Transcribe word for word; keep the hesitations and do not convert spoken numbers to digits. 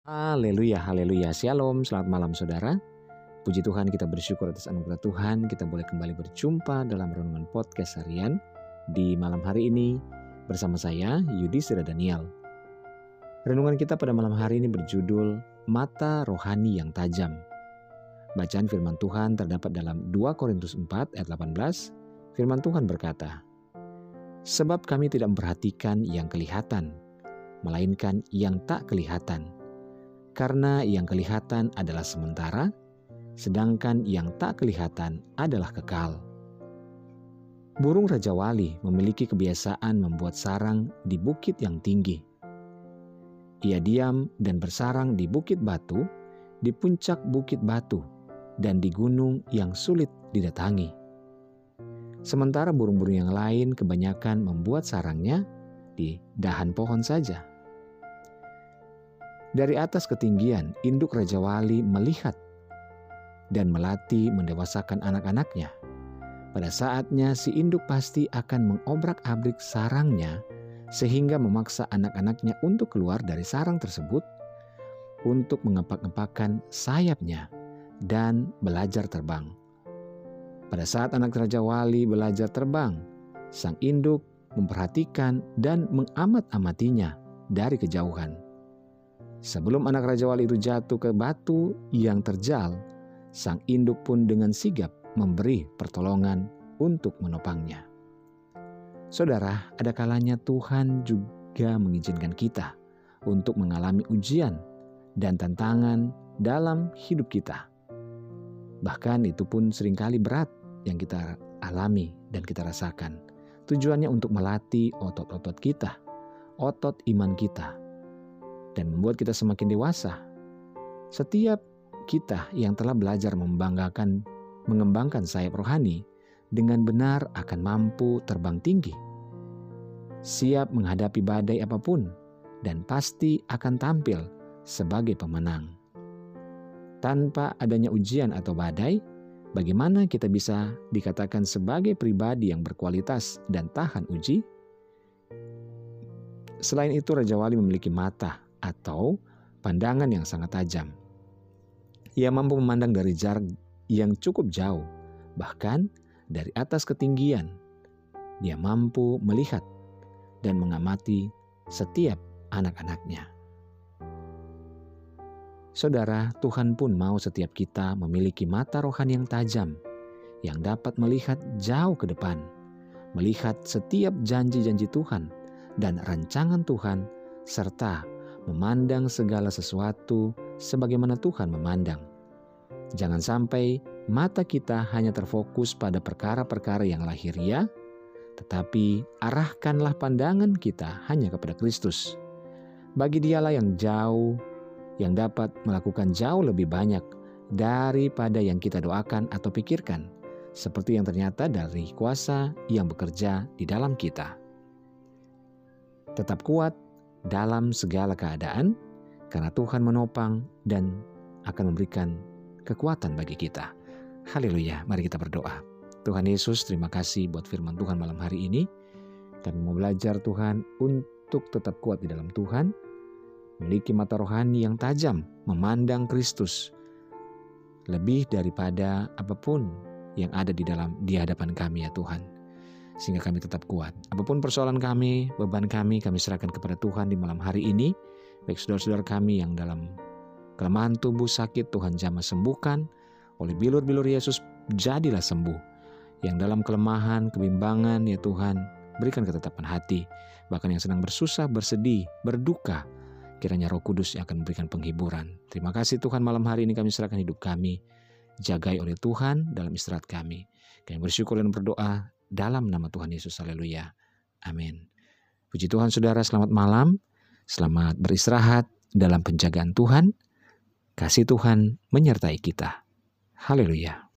Haleluya, haleluya. Shalom, selamat malam saudara. Puji Tuhan, kita bersyukur atas anugerah Tuhan. Kita boleh kembali berjumpa dalam renungan podcast harian di malam hari ini bersama saya, Yudhistira Daniel. Renungan kita pada malam hari ini berjudul Mata Rohani yang Tajam. Bacaan firman Tuhan terdapat dalam dua Korintus empat ayat delapan belas. Firman Tuhan berkata, "Sebab kami tidak memperhatikan yang kelihatan, melainkan yang tak kelihatan. Karena yang kelihatan adalah sementara, sedangkan yang tak kelihatan adalah kekal." Burung Raja Wali memiliki kebiasaan membuat sarang di bukit yang tinggi. Ia diam dan bersarang di bukit batu, di puncak bukit batu, dan di gunung yang sulit didatangi. Sementara burung-burung yang lain kebanyakan membuat sarangnya di dahan pohon saja. Dari atas ketinggian, induk Raja Wali melihat dan melatih mendewasakan anak-anaknya. Pada saatnya si induk pasti akan mengobrak-abrik sarangnya sehingga memaksa anak-anaknya untuk keluar dari sarang tersebut untuk mengepak-ngepakkan sayapnya dan belajar terbang. Pada saat anak Raja Wali belajar terbang, sang induk memperhatikan dan mengamat-amatinya dari kejauhan. Sebelum anak Raja Wali itu jatuh ke batu yang terjal, sang induk pun dengan sigap memberi pertolongan untuk menopangnya. Saudara, ada kalanya Tuhan juga mengizinkan kita untuk mengalami ujian dan tantangan dalam hidup kita. Bahkan itu pun seringkali berat yang kita alami dan kita rasakan. Tujuannya untuk melatih otot-otot kita, otot iman kita, dan membuat kita semakin dewasa. Setiap kita yang telah belajar membanggakan, mengembangkan sayap rohani dengan benar akan mampu terbang tinggi, siap menghadapi badai apapun, dan pasti akan tampil sebagai pemenang. Tanpa adanya ujian atau badai, bagaimana kita bisa dikatakan sebagai pribadi yang berkualitas dan tahan uji? Selain itu, Raja Wali memiliki mata atau pandangan yang sangat tajam. Ia mampu memandang dari jarak yang cukup jauh, bahkan dari atas ketinggian. Dia mampu melihat dan mengamati setiap anak-anaknya. Saudara, Tuhan pun mau setiap kita memiliki mata rohani yang tajam, yang dapat melihat jauh ke depan, melihat setiap janji-janji Tuhan dan rancangan Tuhan, serta memandang segala sesuatu sebagaimana Tuhan memandang. Jangan sampai mata kita hanya terfokus pada perkara-perkara yang lahiriah, tetapi arahkanlah pandangan kita hanya kepada Kristus. Bagi Dialah yang jauh, yang dapat melakukan jauh lebih banyak daripada yang kita doakan atau pikirkan, seperti yang ternyata dari kuasa yang bekerja di dalam kita. Tetap kuat dalam segala keadaan, karena Tuhan menopang dan akan memberikan kekuatan bagi kita. Haleluya, mari kita berdoa. Tuhan Yesus, terima kasih buat firman Tuhan malam hari ini. Kami mau belajar Tuhan untuk tetap kuat di dalam Tuhan, memiliki mata rohani yang tajam, memandang Kristus lebih daripada apapun yang ada di dalam di hadapan kami ya Tuhan, sehingga kami tetap kuat. Apapun persoalan kami, beban kami, kami serahkan kepada Tuhan di malam hari ini. Baik saudara-saudara kami yang dalam kelemahan tubuh sakit, Tuhan jamah sembuhkan. Oleh bilur-bilur Yesus, jadilah sembuh. Yang dalam kelemahan, kebimbangan, ya Tuhan, berikan ketetapan hati. Bahkan yang sedang bersusah, bersedih, berduka, kiranya Roh Kudus yang akan memberikan penghiburan. Terima kasih Tuhan, malam hari ini kami serahkan hidup kami. Jagai oleh Tuhan dalam istirahat kami. Kami bersyukur dan berdoa dalam nama Tuhan Yesus, haleluya, amin. Puji Tuhan saudara, selamat malam, selamat beristirahat dalam penjagaan Tuhan, kasih Tuhan menyertai kita, haleluya.